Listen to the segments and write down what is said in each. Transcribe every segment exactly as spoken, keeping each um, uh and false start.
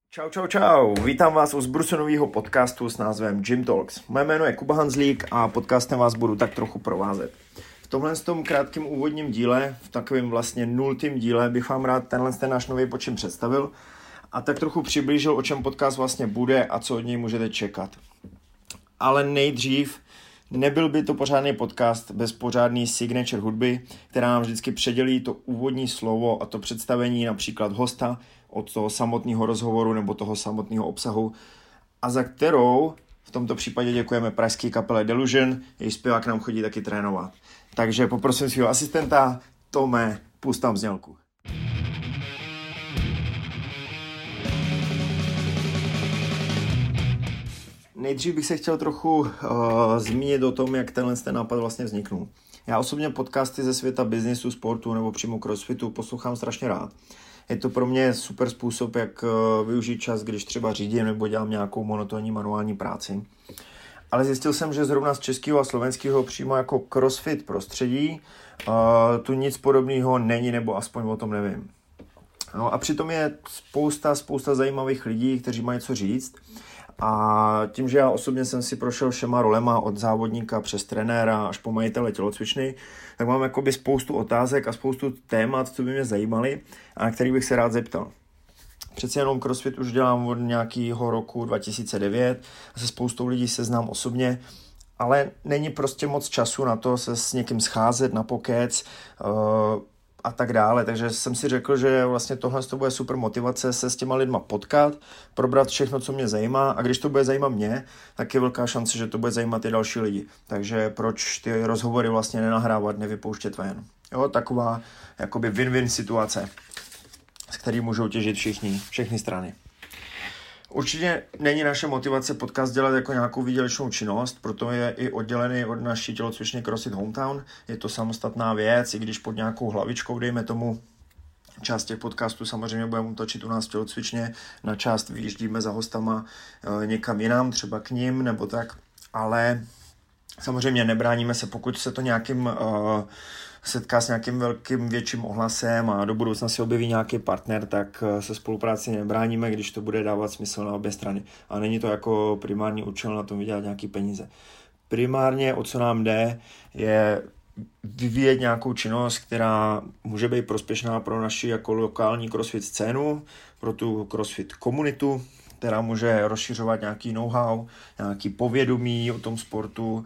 Čau, čau, čau. Vítám vás u zbrusunového podcastu s názvem Gym Talks. Moje jméno je Kuba Hanzlík a podcastem vás budu tak trochu provázet. V tomhle tom krátkém úvodním díle, v takovém vlastně nultým díle, bych vám rád tenhle ten náš nový počin představil a tak trochu přiblížil, o čem podcast vlastně bude a co od něj můžete čekat. Ale nejdřív, nebyl by to pořádný podcast bez pořádný signature hudby, která nám vždycky předělí to úvodní slovo a to představení například hosta od toho samotného rozhovoru nebo toho samotného obsahu a za kterou v tomto případě děkujeme pražské kapele Delusion, její zpěvák nám chodí taky trénovat. Takže poprosím svého asistenta, Tome, pust tam znělku. Nejdřív bych se chtěl trochu uh, zmínit o tom, jak tenhle ten nápad vlastně vzniknul. Já osobně podcasty ze světa biznisu, sportu nebo přímo crossfitu poslouchám strašně rád. Je to pro mě super způsob, jak uh, využít čas, když třeba řídím nebo dělám nějakou monotónní manuální práci. Ale zjistil jsem, že zrovna z českého a slovenského přímo jako crossfit prostředí uh, tu nic podobného není, nebo aspoň o tom nevím. No a přitom je spousta, spousta zajímavých lidí, kteří mají co říct. A tím, že já osobně jsem si prošel všema rolema od závodníka přes trenéra až po majitele tělocvičny, tak mám jakoby spoustu otázek a spoustu témat, co by mě zajímaly a na který bych se rád zeptal. Přece jenom CrossFit už dělám od nějakého roku dva tisíce devět a se spoustou lidí se znám osobně, ale není prostě moc času na to se s někým scházet na pokec, uh, a tak dále, takže jsem si řekl, že vlastně tohle to bude super motivace se s těma lidma potkat, probrat všechno, co mě zajímá a když to bude zajímat mě, tak je velká šance, že to bude zajímat i další lidi. Takže proč ty rozhovory vlastně nenahrávat, nevypouštět ven. Jo, taková jakoby win-win situace, z který můžou těžit všichni, všechny strany. Určitě není naše motivace podcast dělat jako nějakou výdělečnou činnost, proto je i oddělený od naší tělocvičny CrossFit Hometown. Je to samostatná věc, i když pod nějakou hlavičkou, dejme tomu, část těch podcastů samozřejmě budeme točit u nás v tělocvičně, na část vyjíždíme za hostama e, někam jinam, třeba k ním nebo tak, ale samozřejmě nebráníme se, pokud se to nějakým e, setká s nějakým velkým větším ohlasem a do budoucna se objeví nějaký partner, tak se spolupráci nebráníme, když to bude dávat smysl na obě strany. A není to jako primární účel na tom vydělat nějaký peníze. Primárně, o co nám jde, je vyvíjet nějakou činnost, která může být prospěšná pro naši jako lokální crossfit scénu, pro tu crossfit komunitu, která může rozšiřovat nějaký know-how, nějaký povědomí o tom sportu,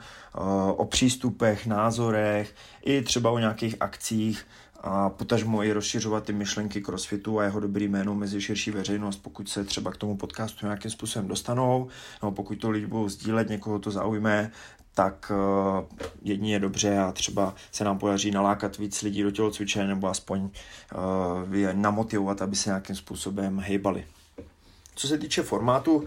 o přístupech, názorech, i třeba o nějakých akcích a potažmo i rozšiřovat ty myšlenky crossfitu a jeho dobrý jméno mezi širší veřejnost, pokud se třeba k tomu podcastu nějakým způsobem dostanou, nebo pokud to lidi budou sdílet, někoho to zaujme, tak uh, jedině dobře a třeba se nám podaří nalákat víc lidí do tělocvičení nebo aspoň uh, je namotivovat, aby se nějakým způsobem hejbali. Co se týče formátu,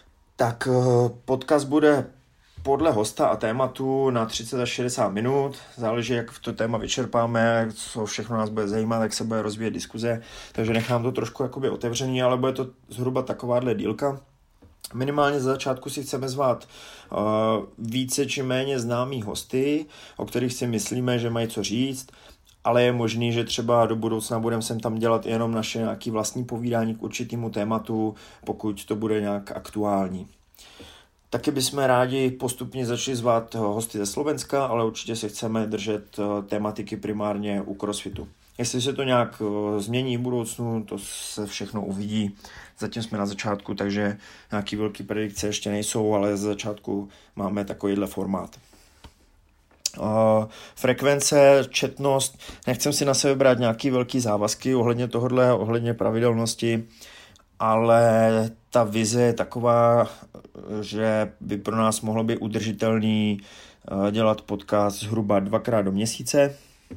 tak podcast bude podle hosta a tématu na třicet až šedesát minut. Záleží, jak to téma vyčerpáme, co všechno nás bude zajímat, jak se bude rozvíjet diskuze. Takže nechám to trošku jakoby otevřený, ale bude to zhruba takováhle dílka. Minimálně za začátku si chceme zvát uh, více či méně známý hosty, o kterých si myslíme, že mají co říct, ale je možný, že třeba do budoucna budeme sem tam dělat jenom naše nějaké vlastní povídání k určitému tématu, pokud to bude nějak aktuální. Taky bychom rádi postupně začali zvát hosty ze Slovenska, ale určitě se chceme držet tématiky primárně u CrossFitu. Jestli se to nějak změní v budoucnu, to se všechno uvidí. Zatím jsme na začátku, takže nějaké velké predikce ještě nejsou, ale za začátku máme takovýhle formát. Uh, frekvence, četnost, nechcem si na sebe brát nějaký velký závazky ohledně tohohle, ohledně pravidelnosti, ale ta vize je taková, že by pro nás mohlo být udržitelný uh, dělat podcast zhruba dvakrát do měsíce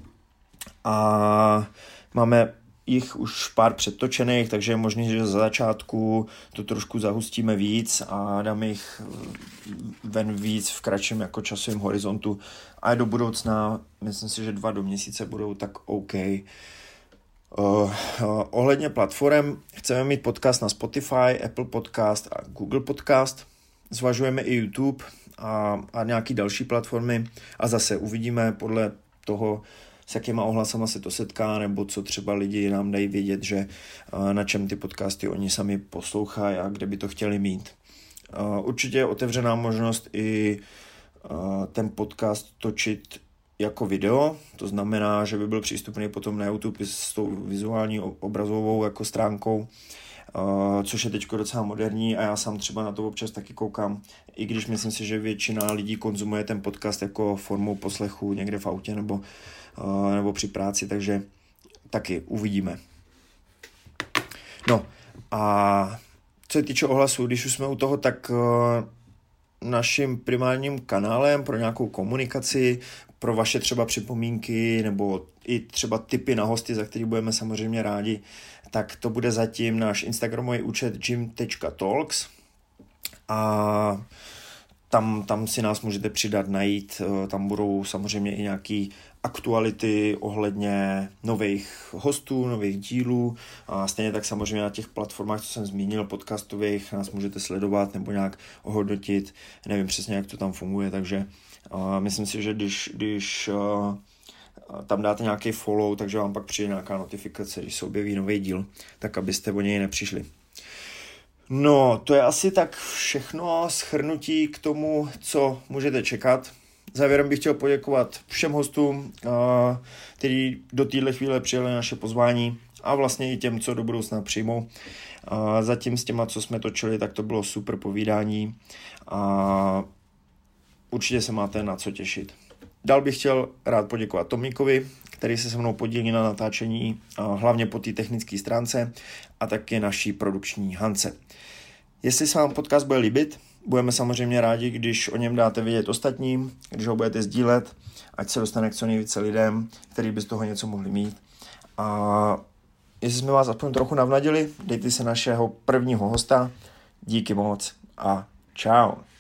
a máme jich už pár předtočených, takže je možný, že za začátku to trošku zahustíme víc a dáme jich ven víc v kratším jako časovém horizontu. A do budoucna, myslím si, že dva do měsíce budou tak OK. Uh, uh, ohledně platform chceme mít podcast na Spotify, Apple Podcast a Google Podcast. Zvažujeme i YouTube a, a nějaký další platformy a zase uvidíme podle toho, s jakýma ohlasama se to setká, nebo co třeba lidi nám dají vědět, že na čem ty podcasty oni sami poslouchají a kde by to chtěli mít. Určitě je otevřená možnost i ten podcast točit jako video, to znamená, že by byl přístupný potom na YouTube s tou vizuální obrazovou jako stránkou, Uh, což je teď docela moderní a já sám třeba na to občas taky koukám, i když myslím si, že většina lidí konzumuje ten podcast jako formou poslechu někde v autě nebo, uh, nebo při práci, takže taky uvidíme. No a co se týče ohlasu, když už jsme u toho, tak uh, naším primárním kanálem pro nějakou komunikaci, pro vaše třeba připomínky nebo i třeba tipy na hosty, za který budeme samozřejmě rádi, tak to bude zatím náš instagramový účet gym tečka talks a tam, tam si nás můžete přidat, najít, tam budou samozřejmě i nějaký aktuality ohledně nových hostů, nových dílů a stejně tak samozřejmě na těch platformách, co jsem zmínil, podcastových, nás můžete sledovat nebo nějak ohodnotit, nevím přesně, jak to tam funguje, takže uh, myslím si, že když, když uh, tam dáte nějaký follow, takže vám pak přijde nějaká notifikace, když se objeví nový díl, tak abyste o něj nepřišli. No, to je asi tak všechno shrnutí k tomu, co můžete čekat. Závěrem bych chtěl poděkovat všem hostům, kteří do téhle chvíle přijali naše pozvání a vlastně i těm, co do budoucna přijmou. Zatím s těma, co jsme točili, tak to bylo super povídání a určitě se máte na co těšit. Dál bych chtěl rád poděkovat Tomíkovi, který se se mnou podílí na natáčení, hlavně po té technické stránce a taky naší produkční Hance. Jestli se vám podcast bude líbit, budeme samozřejmě rádi, když o něm dáte vědět ostatním, když ho budete sdílet, ať se dostane k co nejvíce lidem, kteří by z toho něco mohli mít. A jestli jsme vás aspoň trochu navnadili, dejte se našeho prvního hosta. Díky moc a čau.